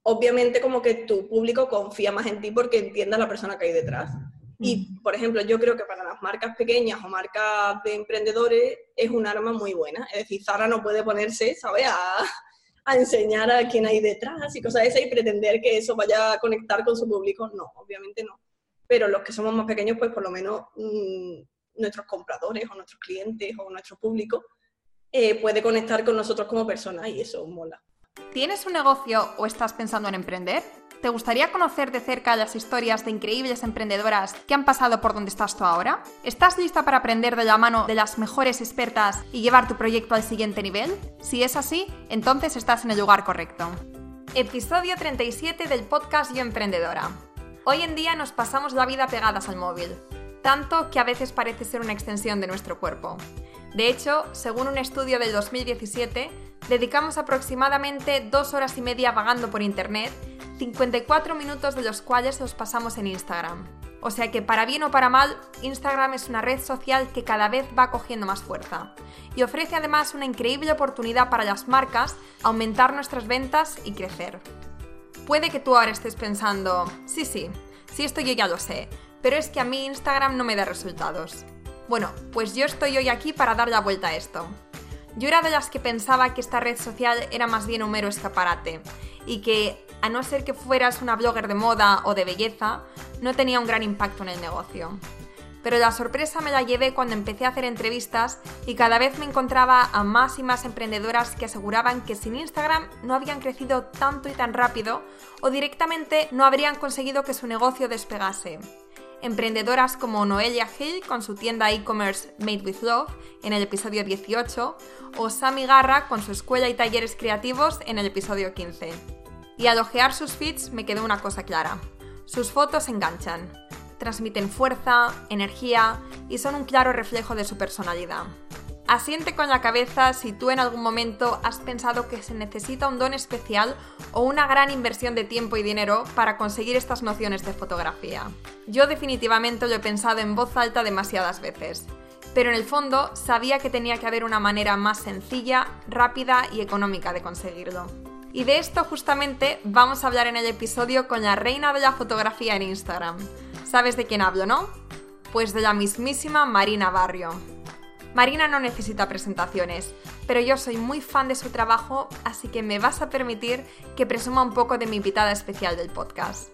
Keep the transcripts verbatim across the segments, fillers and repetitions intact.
obviamente como que tu público confía más en ti porque entiende a la persona que hay detrás. Y, por ejemplo, yo creo que para las marcas pequeñas o marcas de emprendedores es un arma muy buena. Es decir, Zara no puede ponerse, ¿sabes?, a, a enseñar a quién hay detrás y cosas de esas y pretender que eso vaya a conectar con su público. No, obviamente no. Pero los que somos más pequeños, pues por lo menos mmm, nuestros compradores o nuestros clientes o nuestro público eh, puede conectar con nosotros como personas y eso mola. ¿Tienes un negocio o estás pensando en emprender? ¿Te gustaría conocer de cerca las historias de increíbles emprendedoras que han pasado por donde estás tú ahora? ¿Estás lista para aprender de la mano de las mejores expertas y llevar tu proyecto al siguiente nivel? Si es así, entonces estás en el lugar correcto. Episodio treinta y siete del podcast Yo Emprendedora. Hoy en día nos pasamos la vida pegadas al móvil, tanto que a veces parece ser una extensión de nuestro cuerpo. De hecho, según un estudio del dos mil diecisiete, dedicamos aproximadamente dos horas y media vagando por internet, cincuenta y cuatro minutos de los cuales los pasamos en Instagram. O sea que, para bien o para mal, Instagram es una red social que cada vez va cogiendo más fuerza y ofrece además una increíble oportunidad para las marcas aumentar nuestras ventas y crecer. Puede que tú ahora estés pensando, sí, sí, sí, esto yo ya lo sé, pero es que a mí Instagram no me da resultados. Bueno, pues yo estoy hoy aquí para dar la vuelta a esto. Yo era de las que pensaba que esta red social era más bien un mero escaparate y que, a no ser que fueras una blogger de moda o de belleza, no tenía un gran impacto en el negocio. Pero la sorpresa me la llevé cuando empecé a hacer entrevistas y cada vez me encontraba a más y más emprendedoras que aseguraban que sin Instagram no habían crecido tanto y tan rápido o directamente no habrían conseguido que su negocio despegase. Emprendedoras como Noelia Hill con su tienda e-commerce Made with Love en el episodio dieciocho o Sami Garra con su escuela y talleres creativos en el episodio quince. Y al ojear sus feeds me quedó una cosa clara. Sus fotos enganchan, transmiten fuerza, energía y son un claro reflejo de su personalidad. Asiente con la cabeza si tú en algún momento has pensado que se necesita un don especial o una gran inversión de tiempo y dinero para conseguir estas nociones de fotografía. Yo definitivamente lo he pensado en voz alta demasiadas veces, pero en el fondo sabía que tenía que haber una manera más sencilla, rápida y económica de conseguirlo. Y de esto justamente vamos a hablar en el episodio con la reina de la fotografía en Instagram. ¿Sabes de quién hablo, no? Pues de la mismísima Marina Barrio. Marina no necesita presentaciones, pero yo soy muy fan de su trabajo, así que me vas a permitir que presuma un poco de mi invitada especial del podcast.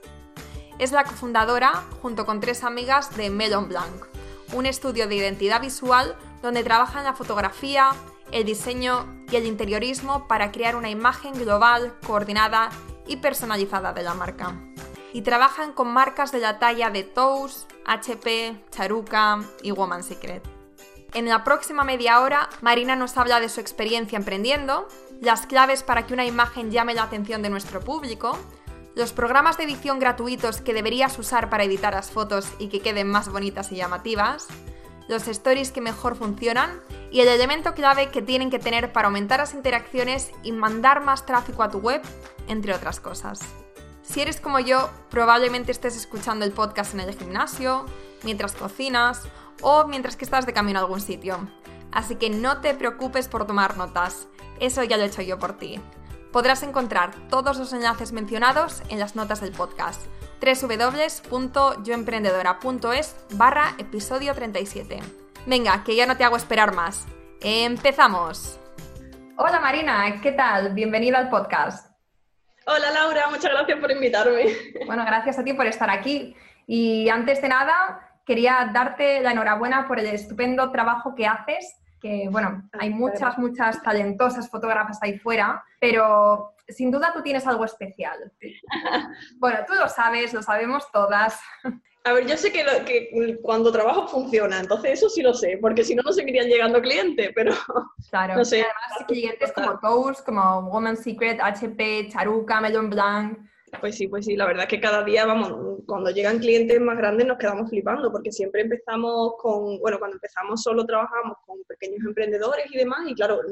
Es la cofundadora, junto con tres amigas, de Melon Blanc, un estudio de identidad visual donde trabajan la fotografía, el diseño y el interiorismo para crear una imagen global, coordinada y personalizada de la marca. Y trabajan con marcas de la talla de Tous, H P, Charuca y Woman's Secret. En la próxima media hora, Marina nos habla de su experiencia emprendiendo, las claves para que una imagen llame la atención de nuestro público, los programas de edición gratuitos que deberías usar para editar las fotos y que queden más bonitas y llamativas, los stories que mejor funcionan y el elemento clave que tienen que tener para aumentar las interacciones y mandar más tráfico a tu web, entre otras cosas. Si eres como yo, probablemente estés escuchando el podcast en el gimnasio, mientras cocinas o mientras que estás de camino a algún sitio. Así que no te preocupes por tomar notas, eso ya lo he hecho yo por ti. Podrás encontrar todos los enlaces mencionados en las notas del podcast, doble u doble u doble u punto yoemprendedora punto es barra episodio treinta y siete. Venga, que ya no te hago esperar más. ¡Empezamos! Hola Marina, ¿qué tal? Bienvenida al podcast. Hola Laura, muchas gracias por invitarme. Bueno, gracias a ti por estar aquí. Y antes de nada, quería darte la enhorabuena por el estupendo trabajo que haces, que bueno, hay muchas, muchas talentosas fotógrafas ahí fuera, pero sin duda tú tienes algo especial. Bueno, tú lo sabes, lo sabemos todas. A ver, yo sé que, lo, que cuando trabajo funciona, entonces eso sí lo sé, porque si no, no seguirían llegando clientes, pero claro, no sé. Además, clientes como Tous, como Woman's Secret, H P, Charuca, Melon Blanc. Pues sí, pues sí, la verdad es que cada día, vamos, cuando llegan clientes más grandes nos quedamos flipando, porque siempre empezamos con, bueno, cuando empezamos solo trabajamos con pequeños emprendedores y demás, y claro,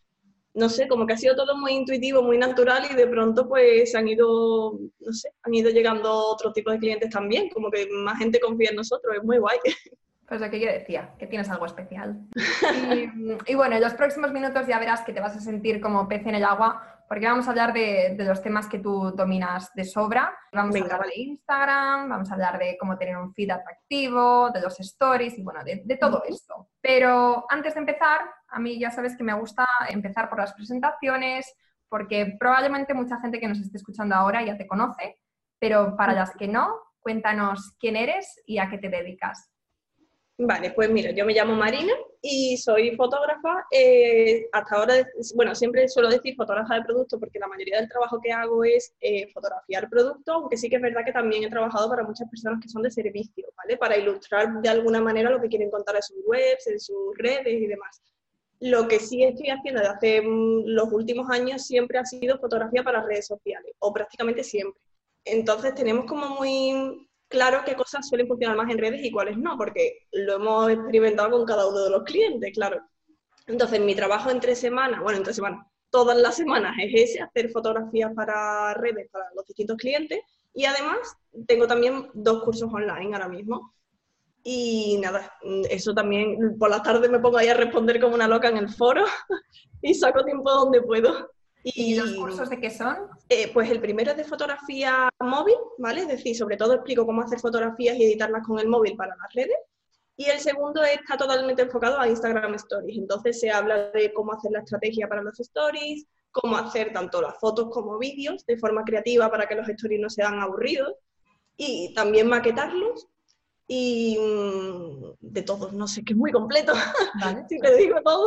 no sé, como que ha sido todo muy intuitivo, muy natural, y de pronto pues han ido, no sé, han ido llegando otro tipo de clientes también, como que más gente confía en nosotros, es muy guay. Pues lo que yo decía, que tienes algo especial. Y, y bueno, en los próximos minutos ya verás que te vas a sentir como pez en el agua, porque vamos a hablar de, de los temas que tú dominas de sobra. Vamos Venga, a hablar vale. de Instagram, vamos a hablar de cómo tener un feed atractivo, de los stories y bueno, de, de todo esto. Pero antes de empezar, a mí ya sabes que me gusta empezar por las presentaciones, porque probablemente mucha gente que nos esté escuchando ahora ya te conoce, pero para las que no, cuéntanos quién eres y a qué te dedicas. Vale, pues mira, yo me llamo Marina y soy fotógrafa. Eh, hasta ahora, bueno, siempre suelo decir fotógrafa de producto porque la mayoría del trabajo que hago es eh, fotografiar productos, aunque sí que es verdad que también he trabajado para muchas personas que son de servicio, ¿vale? Para ilustrar de alguna manera lo que quieren contar en sus webs, en sus redes y demás. Lo que sí estoy haciendo desde hace mm, los últimos años siempre ha sido fotografía para redes sociales, o prácticamente siempre. Entonces tenemos como muy claro qué cosas suelen funcionar más en redes y cuáles no, porque lo hemos experimentado con cada uno de los clientes, claro. Entonces mi trabajo entre semanas, bueno, entre semanas, todas las semanas es ese, hacer fotografías para redes, para los distintos clientes, y además tengo también dos cursos online ahora mismo. Y nada, eso también, por la tarde me pongo ahí a responder como una loca en el foro y saco tiempo donde puedo. ¿Y los Y cursos de qué son? eh, pues el primero es de fotografía móvil, ¿vale? Es decir, sobre todo explico cómo hacer fotografías y editarlas con el móvil para las redes. Y el segundo está totalmente enfocado a Instagram Stories. Entonces se habla de cómo hacer la estrategia para los stories, cómo hacer tanto las fotos como vídeos de forma creativa para que los stories no sean aburridos y también maquetarlos. Y mmm, de todos, no sé, que es muy completo, Vale. si te digo todo.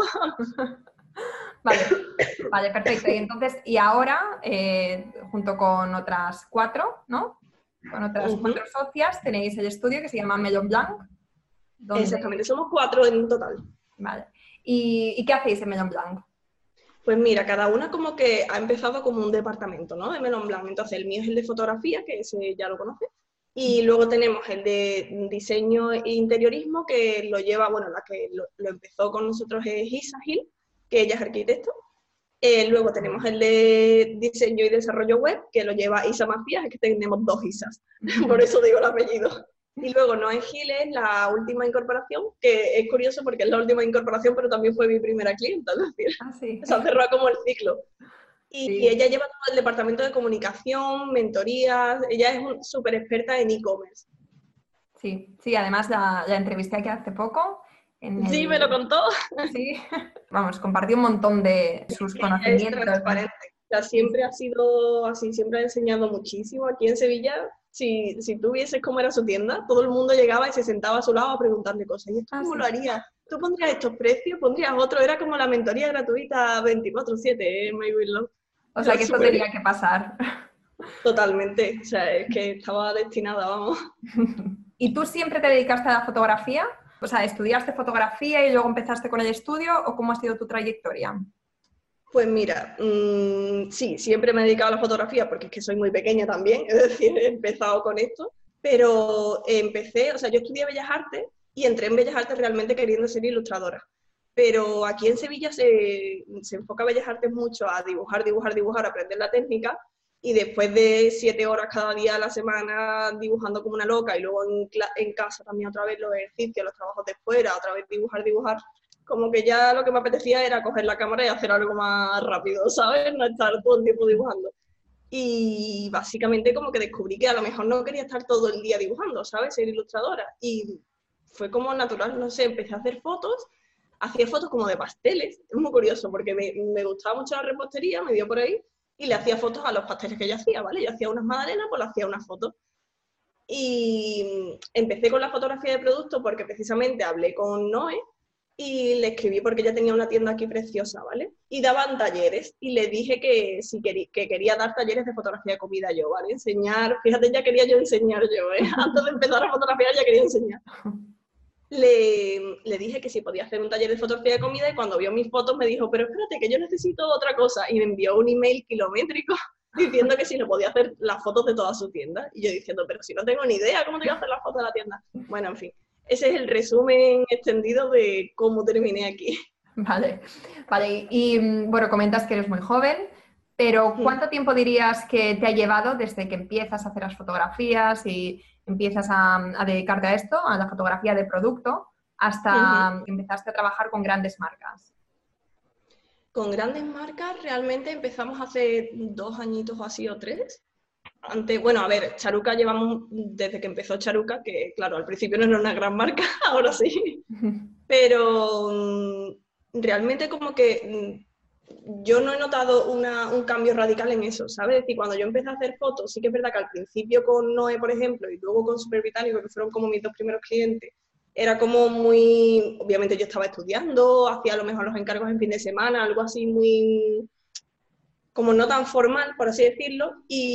Vale, vale, perfecto. Y entonces, y ahora, eh, junto con otras cuatro, ¿no? Con otras Uh-huh. cuatro socias, tenéis el estudio que se llama Melon Blanc. Donde... Exactamente, somos cuatro en total. Vale. ¿Y, ¿Y qué hacéis en Melon Blanc? Pues mira, cada una como que ha empezado como un departamento, ¿no? De Melon Blanc. Entonces el mío es el de fotografía, que ese ya lo conoces. Y luego tenemos el de diseño e interiorismo, que lo lleva, bueno, la que lo, lo empezó con nosotros es Isa Gil, que ella es arquitecto. Eh, luego tenemos el de diseño y desarrollo web, que lo lleva Isa Macías, es que tenemos dos Isas, por eso digo el apellido. Y luego Noé Gil es la última incorporación, que es curioso porque es la última incorporación, pero también fue mi primera clienta, es decir, ah, sí. se ha cerrado como el ciclo. Y, Sí. y ella lleva todo el departamento de comunicación, mentorías, ella es súper experta en e-commerce. Sí, sí, además la, la entrevisté aquí hace poco. En el... Sí, me lo contó. Sí, vamos, compartió un montón de sus Es conocimientos. Es transparente. O sea, siempre ha sido así, siempre ha enseñado muchísimo. Aquí en Sevilla, si, si tú vieses cómo era su tienda, todo el mundo llegaba y se sentaba a su lado a preguntarle cosas. ¿Y esto Ah, cómo sí. lo harías? ¿Tú pondrías estos precios? ¿Pondrías otro? Era como la mentoría gratuita veinticuatro siete, ¿eh? My Will Love. O sea, que esto Súper... tenía que pasar. Totalmente. O sea, es que estaba destinada, vamos. ¿Y tú siempre te dedicaste a la fotografía? O sea, ¿estudiaste fotografía y luego empezaste con el estudio o cómo ha sido tu trayectoria? Pues mira, mmm, sí, siempre me he dedicado a la fotografía porque es que soy muy pequeña también, es decir, he empezado con esto, pero empecé, o sea, yo estudié Bellas Artes y entré en Bellas Artes realmente queriendo ser ilustradora, pero aquí en Sevilla se, se enfoca Bellas Artes mucho a dibujar, dibujar, dibujar, aprender la técnica, y después de siete horas cada día a la semana dibujando como una loca y luego en, en casa también otra vez los ejercicios, los trabajos de fuera, otra vez dibujar, dibujar, como que ya lo que me apetecía era coger la cámara y hacer algo más rápido, ¿sabes? No estar todo el tiempo dibujando. Y básicamente como que descubrí que a lo mejor no quería estar todo el día dibujando, ¿sabes? Ser ilustradora. Y fue como natural, no sé, empecé a hacer fotos, hacía fotos como de pasteles, es muy curioso porque me, me gustaba mucho la repostería, me dio por ahí, y le hacía fotos a los pasteles que yo hacía, ¿vale? Yo hacía unas magdalenas, pues le hacía unas fotos. Y empecé con la fotografía de producto porque precisamente hablé con Noé, y le escribí porque ella tenía una tienda aquí preciosa, ¿vale? Y daban talleres, y le dije que si quería, que quería dar talleres de fotografía de comida yo, ¿vale? Enseñar, fíjate, ya quería yo enseñar yo, ¿eh? Antes de empezar a fotografiar ya quería enseñar. Le, le dije que si podía hacer un taller de fotografía de comida, y cuando vio mis fotos me dijo, pero espérate, que yo necesito otra cosa, y me envió un email kilométrico diciendo que si no podía hacer las fotos de toda su tienda, y yo diciendo, pero si no tengo ni idea, ¿cómo te voy a hacer las fotos de la tienda? Bueno, en fin. Ese es el resumen extendido de cómo terminé aquí. Vale, vale. Y bueno, comentas que eres muy joven, pero ¿cuánto tiempo dirías que te ha llevado desde que empiezas a hacer las fotografías y empiezas a, a dedicarte a esto, a la fotografía de producto, hasta uh-huh. que empezaste a trabajar con grandes marcas? Con grandes marcas realmente empezamos hace dos añitos o así o tres. Antes, bueno, a ver, Charuca llevamos desde que empezó Charuca, que claro, al principio no era una gran marca, ahora sí. Pero mm, realmente como que mm, yo no he notado una, un cambio radical en eso, ¿sabes? Es decir, cuando yo empecé a hacer fotos, sí que es verdad que al principio con Noé, por ejemplo, y luego con Super Británico, que fueron como mis dos primeros clientes, era como muy, obviamente yo estaba estudiando, hacía a lo mejor los encargos en fin de semana, algo así muy, como no tan formal, por así decirlo,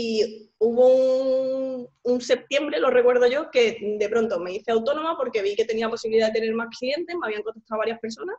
y hubo un, un septiembre, lo recuerdo yo, que de pronto me hice autónoma porque vi que tenía posibilidad de tener más clientes, me habían contactado varias personas,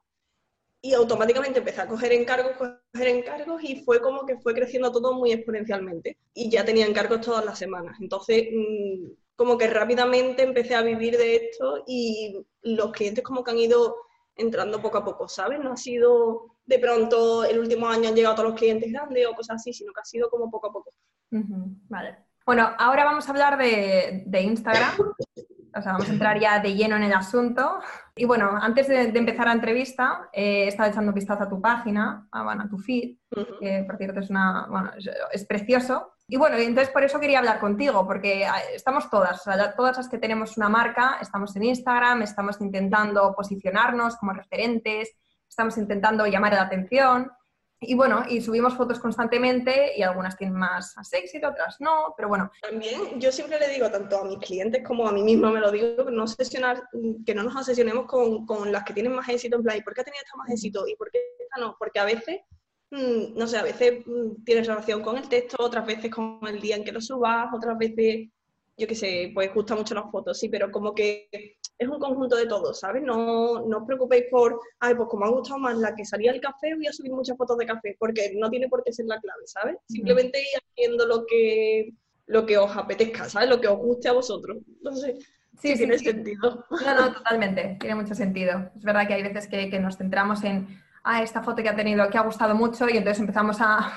y automáticamente empecé a coger encargos, coger encargos, y fue como que fue creciendo todo muy exponencialmente, y ya tenía encargos todas las semanas, entonces mmm, como que rápidamente empecé a vivir de esto, y los clientes como que han ido entrando poco a poco, ¿sabes? No ha sido de pronto el último año han llegado todos los clientes grandes o cosas así, sino que ha sido como poco a poco. Uh-huh, vale. Bueno, ahora vamos a hablar de, de Instagram. O sea, vamos a entrar ya de lleno en el asunto. Y bueno, antes de, de empezar la entrevista, eh, he estado echando un vistazo a tu página, a, bueno, a tu feed, uh-huh. que por cierto es, una, bueno, es, es precioso. Y bueno, y entonces por eso quería hablar contigo, porque estamos todas, o sea, todas las que tenemos una marca, estamos en Instagram, estamos intentando posicionarnos como referentes, estamos intentando llamar la atención. Y bueno, y subimos fotos constantemente y algunas tienen más, más éxito, otras no, pero bueno. También yo siempre le digo, tanto a mis clientes como a mí misma me lo digo, que no, obsesionar, que no nos obsesionemos con, con las que tienen más éxito, en plan, ¿y por qué ha tenido esta más éxito? ¿Y por qué esta no? Porque a veces, mmm, no sé, a veces mmm, tienes relación con el texto, otras veces con el día en que lo subas, otras veces, yo qué sé, pues gusta mucho las fotos, sí, pero como que es un conjunto de todo, ¿sabes? No, no os preocupéis por, ay, pues como ha gustado más la que salía el café, voy a subir muchas fotos de café, porque no tiene por qué ser la clave, ¿sabes? Simplemente ir haciendo lo que, lo que os apetezca, ¿sabes? Lo que os guste a vosotros. No sé sí, si sí, tiene sí. sentido. No, no, totalmente, tiene mucho sentido. Es verdad que hay veces que, que nos centramos en, ah, esta foto que ha tenido, que ha gustado mucho, y entonces empezamos a,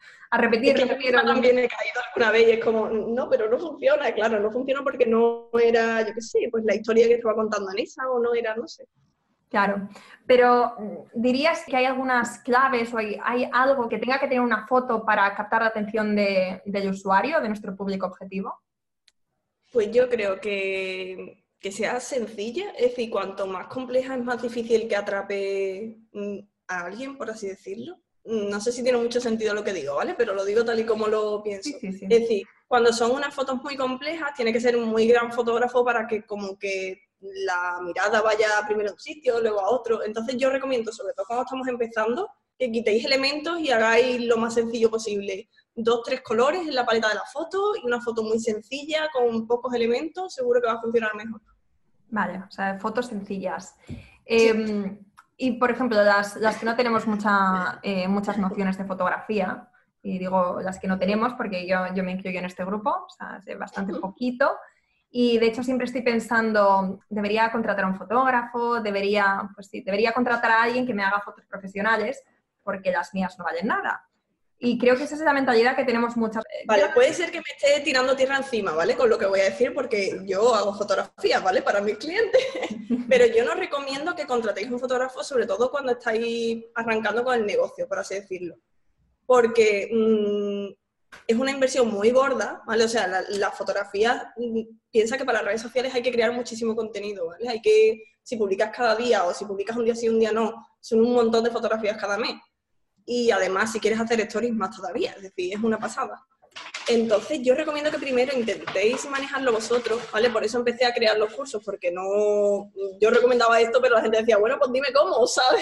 a repetir, es que repetir. Yo también he caído alguna vez y es como, no, pero no funciona, claro, no funciona porque no era, yo qué sé, pues la historia que estaba contando en esa, o no era, no sé. Claro, pero ¿dirías que hay algunas claves o hay, hay algo que tenga que tener una foto para captar la atención de, del usuario, de nuestro público objetivo? Pues yo creo que, que sea sencilla, es decir, cuanto más compleja es más difícil que atrape a alguien, por así decirlo. No sé si tiene mucho sentido lo que digo, ¿vale? Pero lo digo tal y como lo pienso. Sí, sí, sí. Es decir, cuando son unas fotos muy complejas, tiene que ser un muy gran fotógrafo para que como que la mirada vaya primero a un sitio, luego a otro. Entonces yo recomiendo, sobre todo cuando estamos empezando, que quitéis elementos y hagáis lo más sencillo posible. Dos, tres colores en la paleta de la foto y una foto muy sencilla con pocos elementos, seguro que va a funcionar mejor. Vale, o sea, fotos sencillas. Eh, sí. Y, por ejemplo, las, las que no tenemos mucha, eh, muchas nociones de fotografía, y digo las que no tenemos porque yo, yo me incluyo en este grupo, o sea, sé bastante poquito, y de hecho siempre estoy pensando, debería contratar a un fotógrafo, debería, pues sí, debería contratar a alguien que me haga fotos profesionales, porque las mías no valen nada. Y creo que esa es la mentalidad que tenemos muchas. Vale, puede ser que me esté tirando tierra encima, ¿vale? Con lo que voy a decir, porque yo hago fotografías, ¿vale? Para mis clientes. Pero yo no recomiendo que contratéis un fotógrafo, sobre todo cuando estáis arrancando con el negocio, por así decirlo. Porque mmm, es una inversión muy gorda, ¿vale? O sea, la, la fotografía, mmm, piensa que para las redes sociales hay que crear muchísimo contenido, ¿vale? Hay que, si publicas cada día o si publicas un día sí, un día no, son un montón de fotografías cada mes. Y además, si quieres hacer stories, más todavía, es decir, es una pasada. Entonces, yo recomiendo que primero intentéis manejarlo vosotros, ¿vale? Por eso empecé a crear los cursos, porque no... Yo recomendaba esto, pero la gente decía, bueno, pues dime cómo, ¿sabes?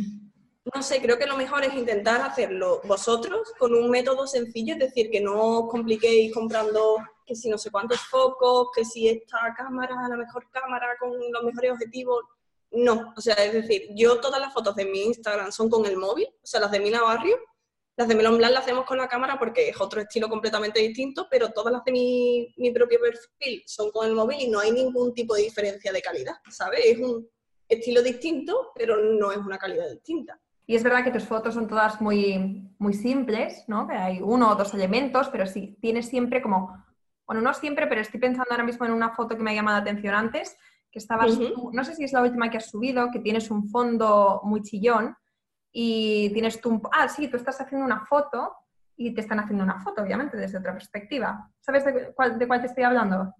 No sé, creo que lo mejor es intentar hacerlo vosotros con un método sencillo, es decir, que no os compliquéis comprando que si no sé cuántos focos, que si esta cámara, la mejor cámara con los mejores objetivos... No, o sea, es decir, yo todas las fotos de mi Instagram son con el móvil, o sea, las de Mina Barrio, las de Melon Blanc las hacemos con la cámara porque es otro estilo completamente distinto, pero todas las de mi, mi propio perfil son con el móvil y no hay ningún tipo de diferencia de calidad, ¿sabes? Es un estilo distinto, pero no es una calidad distinta. Y es verdad que tus fotos son todas muy, muy simples, ¿no? Que hay uno o dos elementos, pero sí, tienes siempre como... Bueno, no siempre, pero estoy pensando ahora mismo en una foto que me ha llamado la atención antes, que estabas, uh-huh. tú, no sé si es la última que has subido, que tienes un fondo muy chillón y tienes tú un... Ah, sí, tú estás haciendo una foto y te están haciendo una foto, obviamente, desde otra perspectiva. ¿Sabes de cuál, de cuál te estoy hablando?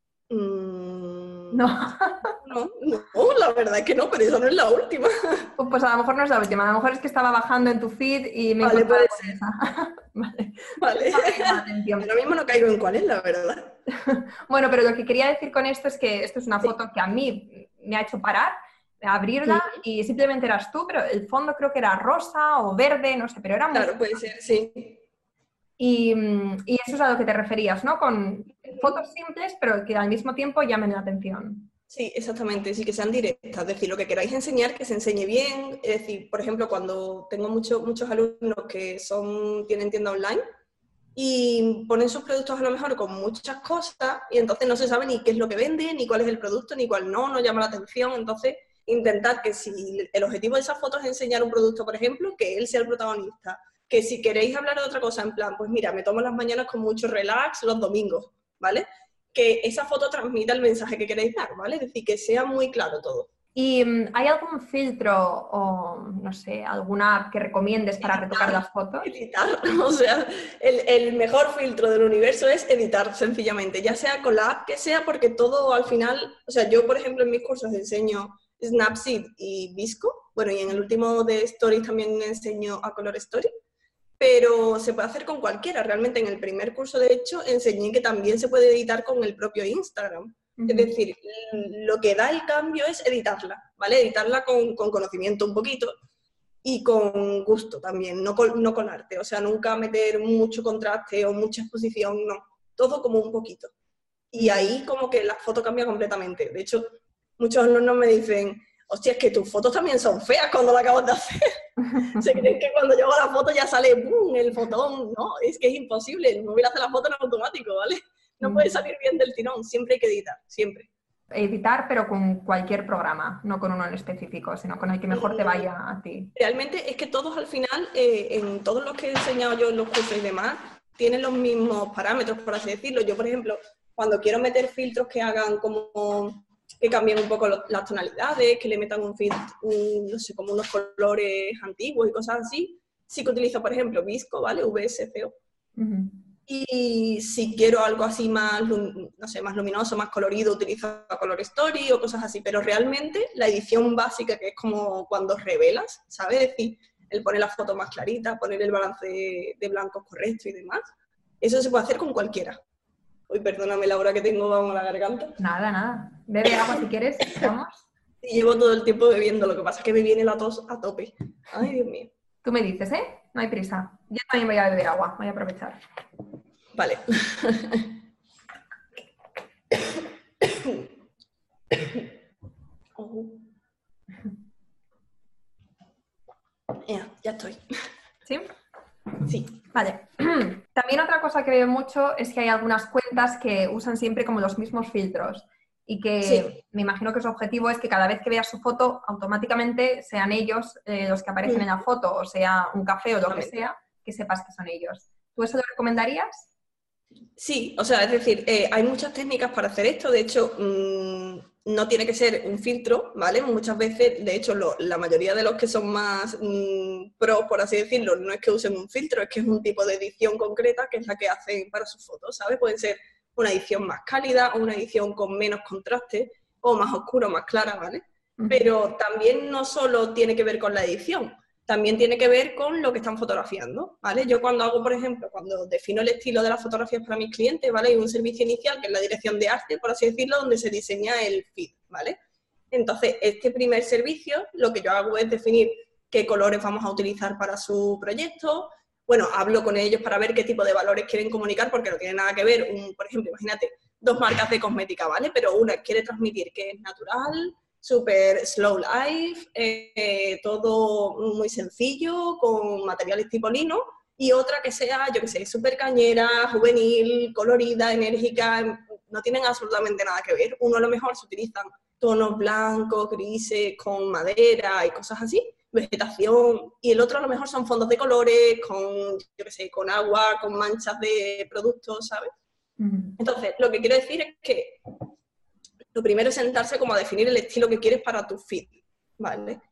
Mm, No. no, no, la verdad es que no, pero esa no es la última. Pues a lo mejor no es la última, a lo mejor es que estaba bajando en tu feed y me he Vale, encontrado puede con ser. esa. Vale. Vale. Esa me llama la atención. Ahora mismo no caigo en cuál es, la verdad. Bueno, pero lo que quería decir con esto es que esto es una Sí. foto que a mí me ha hecho parar, abrirla Mm, y simplemente eras tú, pero el fondo creo que era rosa o verde, no sé, pero era muy... Claro, puede ser, sí. Y, mm, y eso es a lo que te referías, ¿no? Con fotos simples, pero que al mismo tiempo llamen la atención. Sí, exactamente, sí, que sean directas, es decir, lo que queráis enseñar, que se enseñe bien, es decir, por ejemplo, cuando tengo muchos muchos alumnos que son, tienen tienda online y ponen sus productos a lo mejor con muchas cosas y entonces no se sabe ni qué es lo que venden, ni cuál es el producto, ni cuál no, no llama la atención, entonces intentar que si el objetivo de esa foto es enseñar un producto, por ejemplo, que él sea el protagonista, que si queréis hablar de otra cosa, en plan, pues mira, me tomo las mañanas con mucho relax los domingos, ¿vale? Que esa foto transmita el mensaje que queréis dar, ¿vale? Es decir, que sea muy claro todo. ¿Y mm, hay algún filtro o, no sé, alguna app que recomiendes para retocar Editar, las fotos? editar, o sea, el, el mejor filtro del universo es editar, sencillamente, ya sea con la app que sea, porque todo al final, o sea, yo por ejemplo en mis cursos enseño Snapseed y Visco, bueno, y en el último de Stories también enseño a Color Story, pero se puede hacer con cualquiera. Realmente en el primer curso, de hecho, enseñé que también se puede editar con el propio Instagram. Uh-huh. Es decir, lo que da el cambio es editarla, ¿vale? Editarla con, con conocimiento un poquito y con gusto también, no con, no con arte. O sea, nunca meter mucho contraste o mucha exposición, no. Todo como un poquito. Y ahí como que la foto cambia completamente. De hecho, muchos alumnos me dicen, hostia, es que tus fotos también son feas cuando la acabas de hacer. Se creen que cuando yo hago la foto ya sale ¡boom! El fotón. No, es que es imposible. El móvil hace la foto en automático, ¿vale? No puede salir bien del tirón. Siempre hay que editar, siempre. Editar, pero con cualquier programa, no con uno en específico, sino con el que mejor te vaya a ti. Realmente es que todos al final, eh, en todos los que he enseñado yo en los cursos y demás, tienen los mismos parámetros, por así decirlo. Yo, por ejemplo, cuando quiero meter filtros que hagan como... que cambien un poco lo, las tonalidades, que le metan un filtro, un, no sé, como unos colores antiguos y cosas así, sí que utilizo, por ejemplo, Visco, ¿vale? V S C O. Uh-huh. Y si quiero algo así más, no sé, más luminoso, más colorido, utilizo Color Story o cosas así, pero realmente la edición básica, que es como cuando revelas, ¿sabes? Es decir, el poner la foto más clarita, poner el balance de, de blancos correcto y demás, eso se puede hacer con cualquiera. Uy, perdóname la hora que tengo, vamos a la garganta. Nada, nada. Bebe agua si quieres, vamos. Sí, llevo todo el tiempo bebiendo, lo que pasa es que me viene la tos a tope. Ay, Dios mío. Tú me dices, ¿eh? No hay prisa. Yo también voy a beber agua, voy a aprovechar. Vale. Oh. Ya, ya estoy. ¿Sí? Sí. Vale. También otra cosa que veo mucho es que hay algunas cuentas que usan siempre como los mismos filtros y que sí. Me imagino que su objetivo es que cada vez que veas su foto automáticamente sean ellos eh, los que aparecen mm. en la foto, o sea, un café o lo que sea, que sepas que son ellos. ¿Tú eso lo recomendarías? Sí, o sea, es decir, eh, hay muchas técnicas para hacer esto. De hecho, mmm, no tiene que ser un filtro, ¿vale? Muchas veces, de hecho, lo, la mayoría de los que son más mmm, pros, por así decirlo, no es que usen un filtro, es que es un tipo de edición concreta que es la que hacen para sus fotos, ¿sabes? Pueden ser una edición más cálida o una edición con menos contraste o más oscura o más clara, ¿vale? Uh-huh. Pero también no solo tiene que ver con la edición, también tiene que ver con lo que están fotografiando, ¿vale? Yo cuando hago, por ejemplo, cuando defino el estilo de las fotografías para mis clientes, ¿vale? Hay un servicio inicial que es la dirección de arte, por así decirlo, donde se diseña el feed, ¿vale? Entonces, este primer servicio, lo que yo hago es definir qué colores vamos a utilizar para su proyecto. Bueno, hablo con ellos para ver qué tipo de valores quieren comunicar, porque no tiene nada que ver, un, por ejemplo, imagínate, dos marcas de cosmética, ¿vale? Pero una quiere transmitir que es natural, súper slow life, eh, todo muy sencillo, con materiales tipo lino, y otra que sea, yo que sé, súper cañera, juvenil, colorida, enérgica, no tienen absolutamente nada que ver. Uno a lo mejor se utilizan tonos blancos, grises, con madera y cosas así, vegetación, y el otro a lo mejor son fondos de colores, con, yo que sé, con agua, con manchas de productos, ¿sabes? Uh-huh. Entonces, lo que quiero decir es que lo primero es sentarse como a definir el estilo que quieres para tu feed, ¿vale?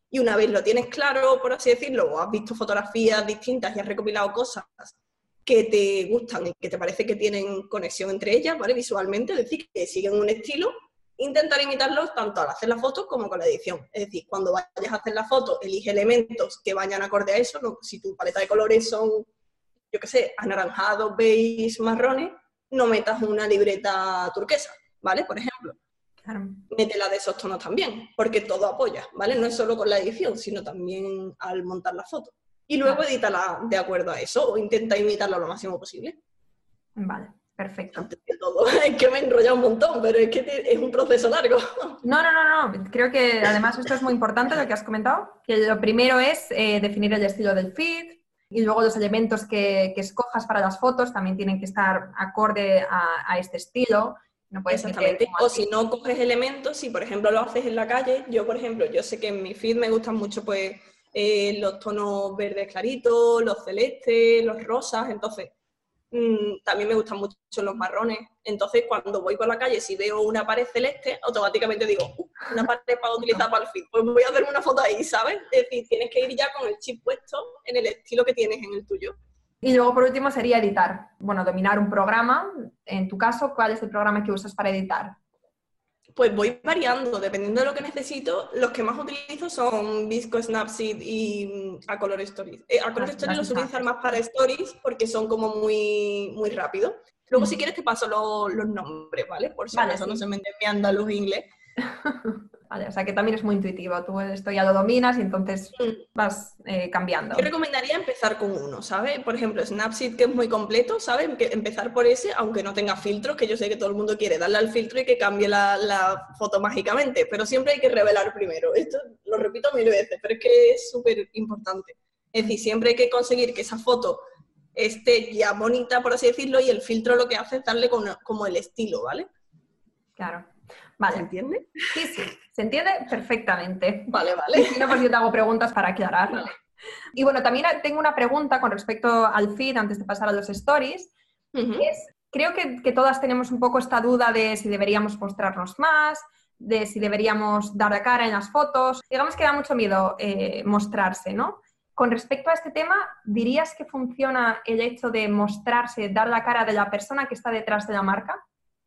Y una vez lo tienes claro, por así decirlo, o has visto fotografías distintas y has recopilado cosas que te gustan y que te parece que tienen conexión entre ellas, ¿vale? Visualmente, es decir, que siguen un estilo, intentar imitarlos tanto al hacer la foto como con la edición. Es decir, cuando vayas a hacer la foto, elige elementos que vayan acorde a eso, ¿no? Si tu paleta de colores son, yo qué sé, anaranjados, beige, marrones, no metas una libreta turquesa, ¿vale? Por ejemplo. Claro. Métela de esos tonos también, porque todo apoya, ¿vale? No es solo con la edición, sino también al montar la foto. Y luego Vale. edítala de acuerdo a eso, o intenta imitarlo lo máximo posible. Vale, perfecto. Antes de todo, es que me he enrollado un montón, pero es que es un proceso largo. No, no, no, no. Creo que además esto es muy importante lo que has comentado, que lo primero es eh, definir el estilo del feed y luego los elementos que, que escojas para las fotos también tienen que estar acorde a, a este estilo. No puedes Exactamente. meter O si no coges elementos, si por ejemplo lo haces en la calle, yo por ejemplo, yo sé que en mi feed me gustan mucho pues eh, los tonos verdes claritos, los celestes, los rosas, entonces mmm, también me gustan mucho los marrones. Entonces cuando voy por la calle, si veo una pared celeste, automáticamente digo, uh, una pared para utilizar para el feed, pues voy a hacerme una foto ahí, ¿sabes? Es decir, tienes que ir ya con el chip puesto en el estilo que tienes en el tuyo. Y luego, por último, sería editar. Bueno, dominar un programa. En tu caso, ¿cuál es el programa que usas para editar? Pues voy variando, dependiendo de lo que necesito. Los que más utilizo son Visco, Snapseed y mm, A Color Stories. Eh, A Color Las- Stories las los utilizan imágenes. más para Stories porque son como muy, muy rápidos. Luego, Mm. si quieres, te paso lo- los nombres, ¿vale? Por si Vale, acaso no sí. se me entiende mi andaluz inglés. Vale, o sea que también es muy intuitivo. Tú esto ya lo dominas y entonces Mm. vas eh, cambiando. Yo recomendaría empezar con uno, ¿sabes? Por ejemplo, Snapseed, que es muy completo, ¿sabes? Que empezar por ese, aunque no tenga filtros, que yo sé que todo el mundo quiere darle al filtro y que cambie la, la foto mágicamente, pero siempre hay que revelar primero. Esto lo repito mil veces, pero es que es súper importante. Es decir, siempre hay que conseguir que esa foto esté ya bonita, por así decirlo, y el filtro lo que hace es darle como, como el estilo, ¿vale? Claro. ¿Se Vale. entiende? Sí, sí. Se entiende perfectamente. Vale, Y vale. si no, pues yo te hago preguntas para aclarar. Vale. Y bueno, también tengo una pregunta con respecto al feed antes de pasar a los stories. Uh-huh. Es, creo que, que todas tenemos un poco esta duda de si deberíamos mostrarnos más, de si deberíamos dar la cara en las fotos. Digamos que da mucho miedo eh, mostrarse, ¿no? Con respecto a este tema, ¿dirías que funciona el hecho de mostrarse, dar la cara de la persona que está detrás de la marca?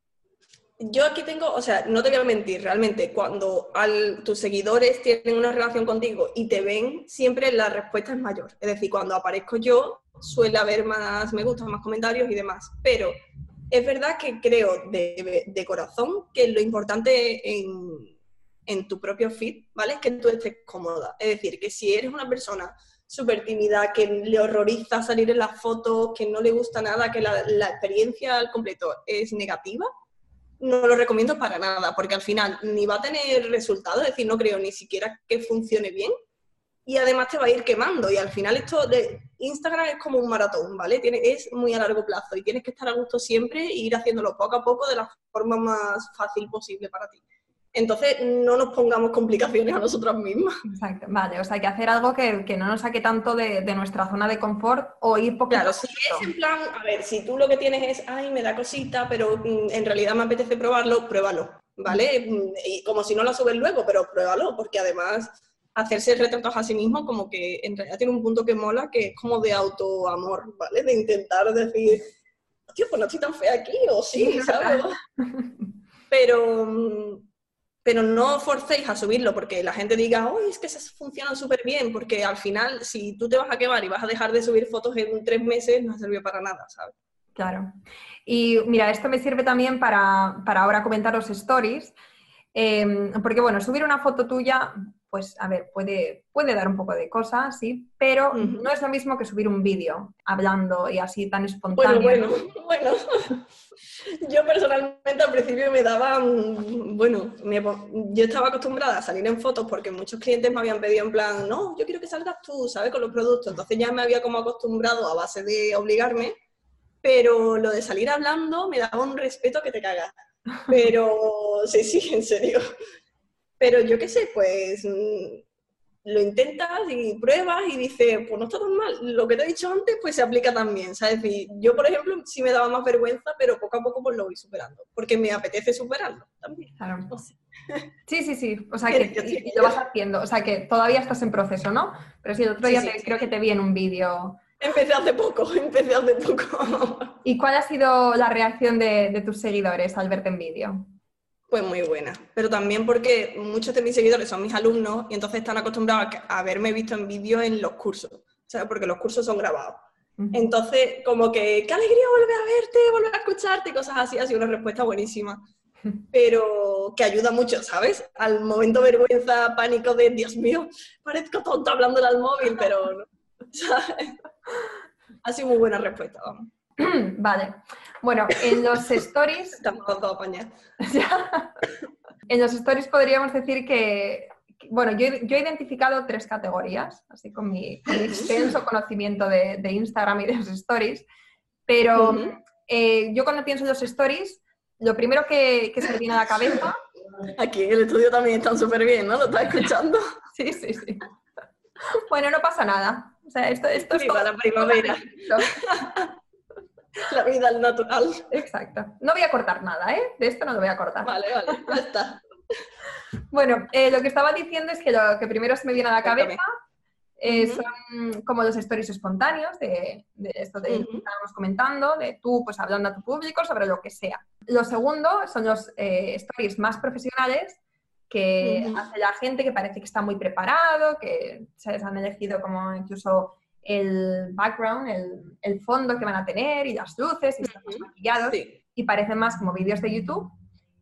Yo aquí tengo, o sea, no te voy a mentir, realmente, cuando al, tus seguidores tienen una relación contigo y te ven, siempre la respuesta es mayor. Es decir, cuando aparezco yo, suele haber más me gustan, más comentarios y demás. Pero es verdad que creo de, de corazón que lo importante en, en tu propio feed, ¿vale? Es que tú estés cómoda. Es decir, que si eres una persona súper tímida, que le horroriza salir en las fotos, que no le gusta nada, que la, la experiencia al completo es negativa, no lo recomiendo para nada, porque al final ni va a tener resultados, es decir, no creo ni siquiera que funcione bien, y además te va a ir quemando, y al final esto de Instagram es como un maratón, ¿vale? Tiene, es muy a largo plazo, y tienes que estar a gusto siempre e ir haciéndolo poco a poco de la forma más fácil posible para ti. Entonces, no nos pongamos complicaciones a nosotras mismas. Exacto, vale, o sea, hay que hacer algo que, que no nos saque tanto de, de nuestra zona de confort o ir poquito Claro, a si poquito. es en plan, a ver, si tú lo que tienes es, ay, me da cosita, pero mm, en realidad me apetece probarlo, pruébalo, ¿vale? Mm, Y como si no lo subes luego, pero pruébalo, porque además hacerse retratos a sí mismo como que en realidad tiene un punto que mola, que es como de autoamor, ¿vale? De intentar decir, tío, pues no estoy tan fea aquí, o sí, Es ¿sabes? verdad. Pero... mm, pero no forcéis a subirlo porque la gente diga, uy, es que se funcionan súper bien, porque al final, si tú te vas a quemar y vas a dejar de subir fotos en tres meses, no ha servido para nada, ¿sabes? Claro. Y mira, esto me sirve también para, para ahora comentar los stories, eh, porque bueno, subir una foto tuya, pues a ver, puede, puede dar un poco de cosas, sí, pero Uh-huh. no es lo mismo que subir un vídeo hablando y así tan espontáneo. Bueno, bueno, bueno. Yo personalmente al principio me daba, bueno, me, yo estaba acostumbrada a salir en fotos porque muchos clientes me habían pedido en plan, no, yo quiero que salgas tú, ¿sabes? Con los productos. Entonces ya me había como acostumbrado a base de obligarme, pero lo de salir hablando me daba un respeto que te cagas. Pero, sí, sí, en serio. Pero yo qué sé, pues lo intentas y pruebas y dices, pues no está tan mal. Lo que te he dicho antes, pues se aplica también, ¿sabes? Y yo, por ejemplo, sí me daba más vergüenza, pero poco a poco pues lo voy superando, porque me apetece superarlo también. Claro. No sé. Sí, sí, sí. O sea, que y, y lo vas haciendo. O sea, que todavía estás en proceso, ¿no? Pero sí, el otro día sí, te, sí, creo sí. que te vi en un vídeo. Empecé hace poco, empecé hace poco. ¿Y cuál ha sido la reacción de, de tus seguidores al verte en vídeo? Pues muy buena, pero también porque muchos de mis seguidores son mis alumnos y entonces están acostumbrados a haberme visto en vídeo en los cursos, ¿sabes? Porque los cursos son grabados. Uh-huh. Entonces, como que, qué alegría volver a verte, volver a escucharte y cosas así, ha sido una respuesta buenísima. Pero que ayuda mucho, ¿sabes? Al momento vergüenza, pánico de, Dios mío, parezco tonta hablándole al móvil, pero no, ¿sabes? Ha sido muy buena respuesta, vamos. Vale. Bueno, en los stories... Estamos todos apañados. En los stories podríamos decir que... Bueno, yo, yo he identificado tres categorías, así con mi, con mi extenso conocimiento de, de Instagram y de los stories, pero uh-huh. eh, yo cuando pienso en los stories, lo primero que, que se me viene a la cabeza... Aquí en el estudio también están súper bien, ¿no? ¿Lo estás escuchando? Sí, sí, sí. Bueno, no pasa nada. O sea, esto, esto es Viva la primavera. La vida al natural. Exacto. No voy a cortar nada, ¿eh? De esto no lo voy a cortar. Vale, vale, ya está. Bueno, eh, lo que estaba diciendo es que lo que primero se me viene a la cabeza eh, uh-huh. son como los stories espontáneos de, de esto de uh-huh. que estábamos comentando, de tú pues hablando a tu público sobre lo que sea. Lo segundo son los eh, stories más profesionales que uh-huh. hace la gente que parece que está muy preparado, que se les han elegido como incluso el background, el, el fondo que van a tener y las luces y están uh-huh. maquillados sí. y parecen más como vídeos de YouTube.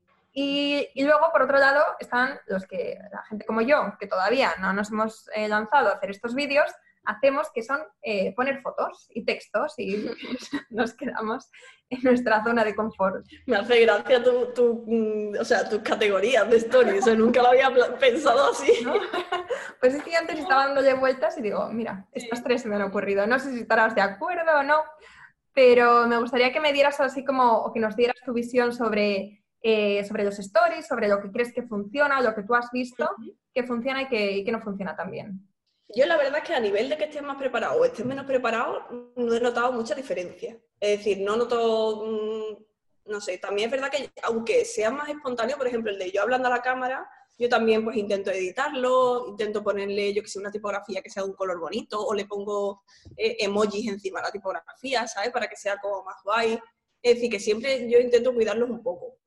Y, y luego, por otro lado, están los que, la gente como yo, que todavía no nos hemos eh, lanzado a hacer estos vídeos, hacemos que son eh, poner fotos y textos y nos quedamos en nuestra zona de confort. Me hace gracia tu, tu, o sea, tus categorías de stories, o nunca lo había pensado así. ¿No? Pues es que antes estaba dándole vueltas y digo, mira, estas tres se me han ocurrido, no sé si estarás de acuerdo o no, pero me gustaría que me dieras así como, o que nos dieras tu visión sobre... Eh, sobre los stories, sobre lo que crees que funciona, lo que tú has visto, uh-huh. que funciona y que, y que no funciona tan bien. Yo la verdad es que a nivel de que estés más preparado o estés menos preparado, no he notado mucha diferencia. Es decir, no noto, mmm, no sé, también es verdad que aunque sea más espontáneo, por ejemplo, el de yo hablando a la cámara, yo también pues intento editarlo, intento ponerle, yo que sé, una tipografía que sea de un color bonito, o le pongo eh, emojis encima de la tipografía, ¿sabes? Para que sea como más guay. Es decir, que siempre yo intento cuidarlos un poco.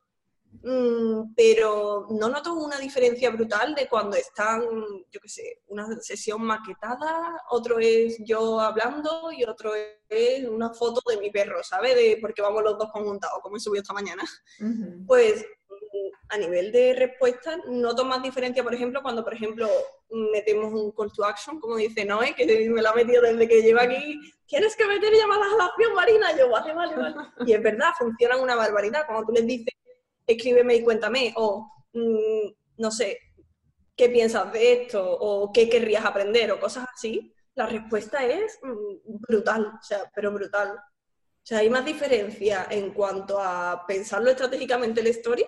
Mm, pero no noto una diferencia brutal de cuando están, yo qué sé, una sesión maquetada, otro es yo hablando y otro es una foto de mi perro, ¿sabes? De porque vamos los dos conjuntados, como he subido esta mañana. Uh-huh. Pues a nivel de respuesta noto más diferencia, por ejemplo, cuando, por ejemplo, metemos un call to action, como dice Noé, que me la ha metido desde que lleva aquí, tienes que meter llamadas a la acción, Marina. Yo, vale, vale, vale. Y es verdad, funcionan una barbaridad. Cuando tú les dices escríbeme y cuéntame, o mmm, no sé, ¿qué piensas de esto? O ¿qué querrías aprender? O cosas así, la respuesta es mmm, brutal, o sea, pero brutal. O sea, hay más diferencia en cuanto a pensarlo estratégicamente el story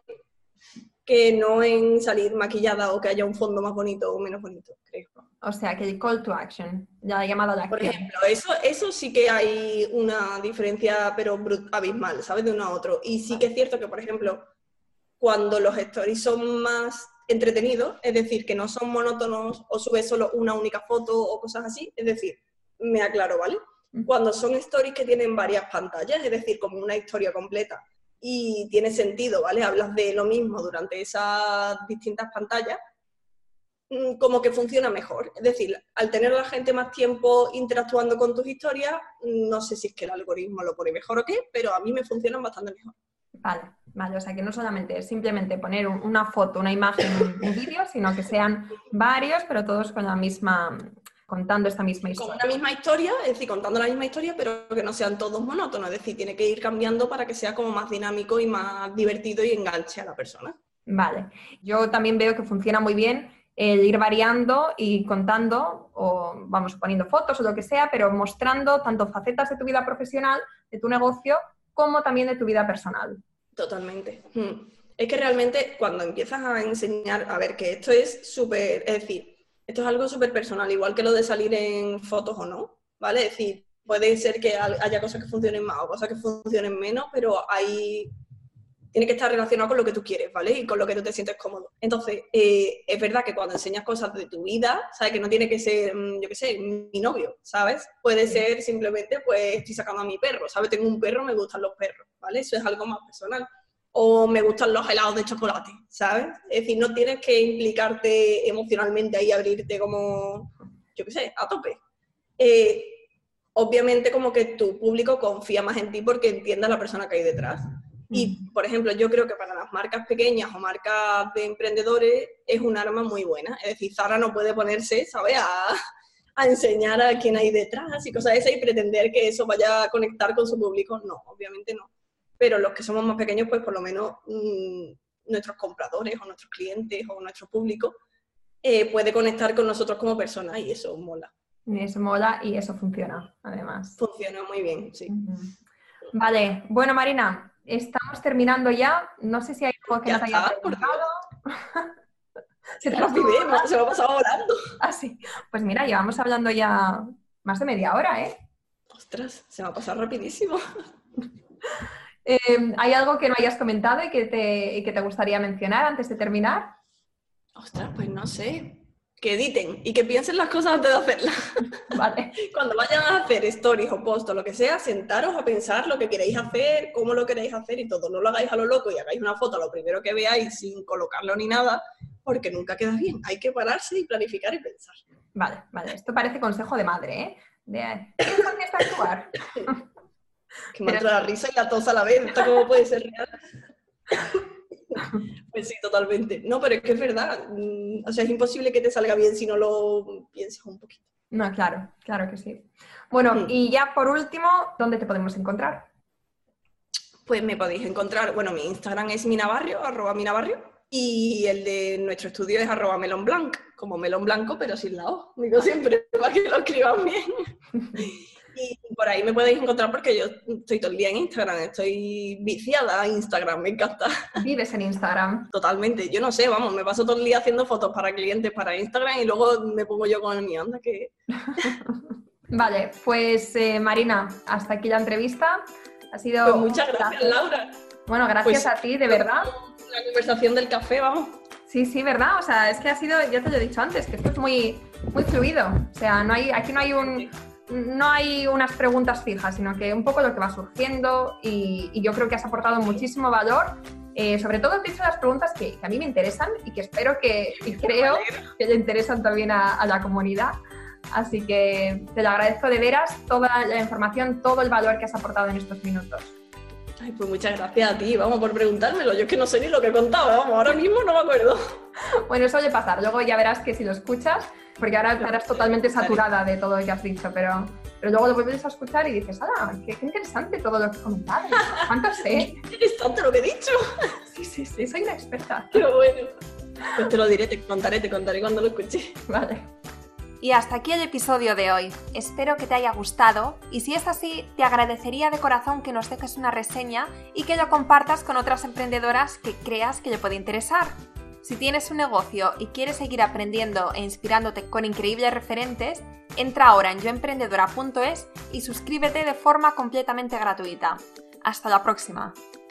que no en salir maquillada o que haya un fondo más bonito o menos bonito, creo. O sea, que el call to action, ya llamado a la acción. Por ejemplo, eso, eso sí que hay una diferencia, pero abismal, ¿sabes? De uno a otro. Y sí que es cierto que, por ejemplo, cuando los stories son más entretenidos, es decir, que no son monótonos o subes solo una única foto o cosas así, es decir, me aclaro, ¿vale? Cuando son stories que tienen varias pantallas, es decir, como una historia completa y tiene sentido, ¿vale? Hablas de lo mismo durante esas distintas pantallas, como que funciona mejor. Es decir, al tener a la gente más tiempo interactuando con tus historias, no sé si es que el algoritmo lo pone mejor o qué, pero a mí me funcionan bastante mejor. Vale, vale, o sea que no solamente es simplemente poner una foto, una imagen, un vídeo, sino que sean varios, pero todos con la misma, contando esta misma historia. Con una misma historia, es decir, contando la misma historia, pero que no sean todos monótonos, es decir, tiene que ir cambiando para que sea como más dinámico y más divertido y enganche a la persona. Vale, yo también veo que funciona muy bien el ir variando y contando, o vamos, poniendo fotos o lo que sea, pero mostrando tanto facetas de tu vida profesional, de tu negocio, como también de tu vida personal. Totalmente. Es que realmente cuando empiezas a enseñar, a ver, que esto es súper, es decir, esto es algo súper personal, igual que lo de salir en fotos o no, ¿vale? Es decir, puede ser que haya cosas que funcionen más o cosas que funcionen menos, pero hay tiene que estar relacionado con lo que tú quieres, ¿vale? Y con lo que tú te sientes cómodo. Entonces, eh, es verdad que cuando enseñas cosas de tu vida, ¿sabes? Que no tiene que ser, yo qué sé, mi novio, ¿sabes? Puede ser simplemente, pues, estoy sacando a mi perro, ¿sabes? Tengo un perro, me gustan los perros, ¿vale? Eso es algo más personal. O me gustan los helados de chocolate, ¿sabes? Es decir, no tienes que implicarte emocionalmente ahí, abrirte como, yo qué sé, a tope. Eh, obviamente como que tu público confía más en ti porque entiende a la persona que hay detrás. Y, por ejemplo, yo creo que para las marcas pequeñas o marcas de emprendedores es un arma muy buena. Es decir, Zara no puede ponerse, ¿sabes?, a, a enseñar a quién hay detrás y cosas de esas y pretender que eso vaya a conectar con su público. No, obviamente no. Pero los que somos más pequeños, pues por lo menos mmm, nuestros compradores o nuestros clientes o nuestro público eh, puede conectar con nosotros como personas y eso mola. Eso mola y eso funciona, además. Funciona muy bien, sí. Uh-huh. Vale, bueno, Marina, estamos terminando ya. No sé si hay algo que ya nos está, haya preguntado. Se te rapidez, se me ha pasado volando. Ah, sí. Pues mira, llevamos hablando ya más de media hora, ¿eh? Ostras, se me ha pasado rapidísimo. Eh, ¿Hay algo que no hayas comentado y que, te, y que te gustaría mencionar antes de terminar? Ostras, pues no sé. Que editen y que piensen las cosas antes de hacerlas. Vale. Cuando vayan a hacer stories o posts o lo que sea, sentaros a pensar lo que queréis hacer, cómo lo queréis hacer y todo. No lo hagáis a lo loco y hagáis una foto a lo primero que veáis sin colocarlo ni nada, porque nunca queda bien. Hay que pararse y planificar y pensar. Vale, vale. Esto parece consejo de madre, ¿eh? De, ¿qué es fácil actuar? Que me entra la risa y la tos a la vez. ¿Esto cómo puede ser real? Pues sí, totalmente. No, pero es que es verdad. O sea, es imposible que te salga bien si no lo piensas un poquito. No, claro, claro que sí. Bueno, sí. Y ya por último, ¿dónde te podemos encontrar? Pues me podéis encontrar, bueno, mi Instagram es minabarrio, arroba minabarrio, y el de nuestro estudio es arroba melonblanc, como melón blanco, pero sin la O, digo siempre, para que lo escriban bien. Y por ahí me podéis encontrar porque yo estoy todo el día en Instagram, estoy viciada a Instagram, me encanta. ¿Vives en Instagram? Totalmente, yo no sé, vamos, me paso todo el día haciendo fotos para clientes para Instagram y luego me pongo yo con el mío, anda que... Vale, pues eh, Marina, hasta aquí la entrevista. Ha sido... Pues muchas gracias, Laura. Bueno, gracias pues, a ti, de verdad. La conversación del café, vamos. Sí, sí, verdad, o sea, es que ha sido, ya te lo he dicho antes, que esto es muy, muy fluido, o sea, no hay, aquí no hay un... No hay unas preguntas fijas, sino que un poco lo que va surgiendo y, y yo creo que has aportado muchísimo valor. Eh, sobre todo has dicho las preguntas que, que a mí me interesan y que espero que, y creo que le interesan también a, a la comunidad. Así que te lo agradezco de veras, toda la información, todo el valor que has aportado en estos minutos. Ay, pues muchas gracias a ti, vamos, por preguntármelo. Yo es que no sé ni lo que contaba, vamos, ahora mismo no me acuerdo. Bueno, suele pasar, luego ya verás que si lo escuchas, porque ahora estarás totalmente saturada de todo lo que has dicho, pero, pero luego lo vuelves a escuchar y dices, ¡hala! Qué, qué interesante todo lo que he comentado! ¿Cuánto sé? ¡Qué interesante lo que he dicho! Sí, sí, sí, soy una experta. ¡Qué bueno! Pues te lo diré, te contaré, te contaré cuando lo escuche. Vale. Y hasta aquí el episodio de hoy. Espero que te haya gustado y si es así, te agradecería de corazón que nos dejes una reseña y que lo compartas con otras emprendedoras que creas que le puede interesar. Si tienes un negocio y quieres seguir aprendiendo e inspirándote con increíbles referentes, entra ahora en yoemprendedora punto es y suscríbete de forma completamente gratuita. Hasta la próxima.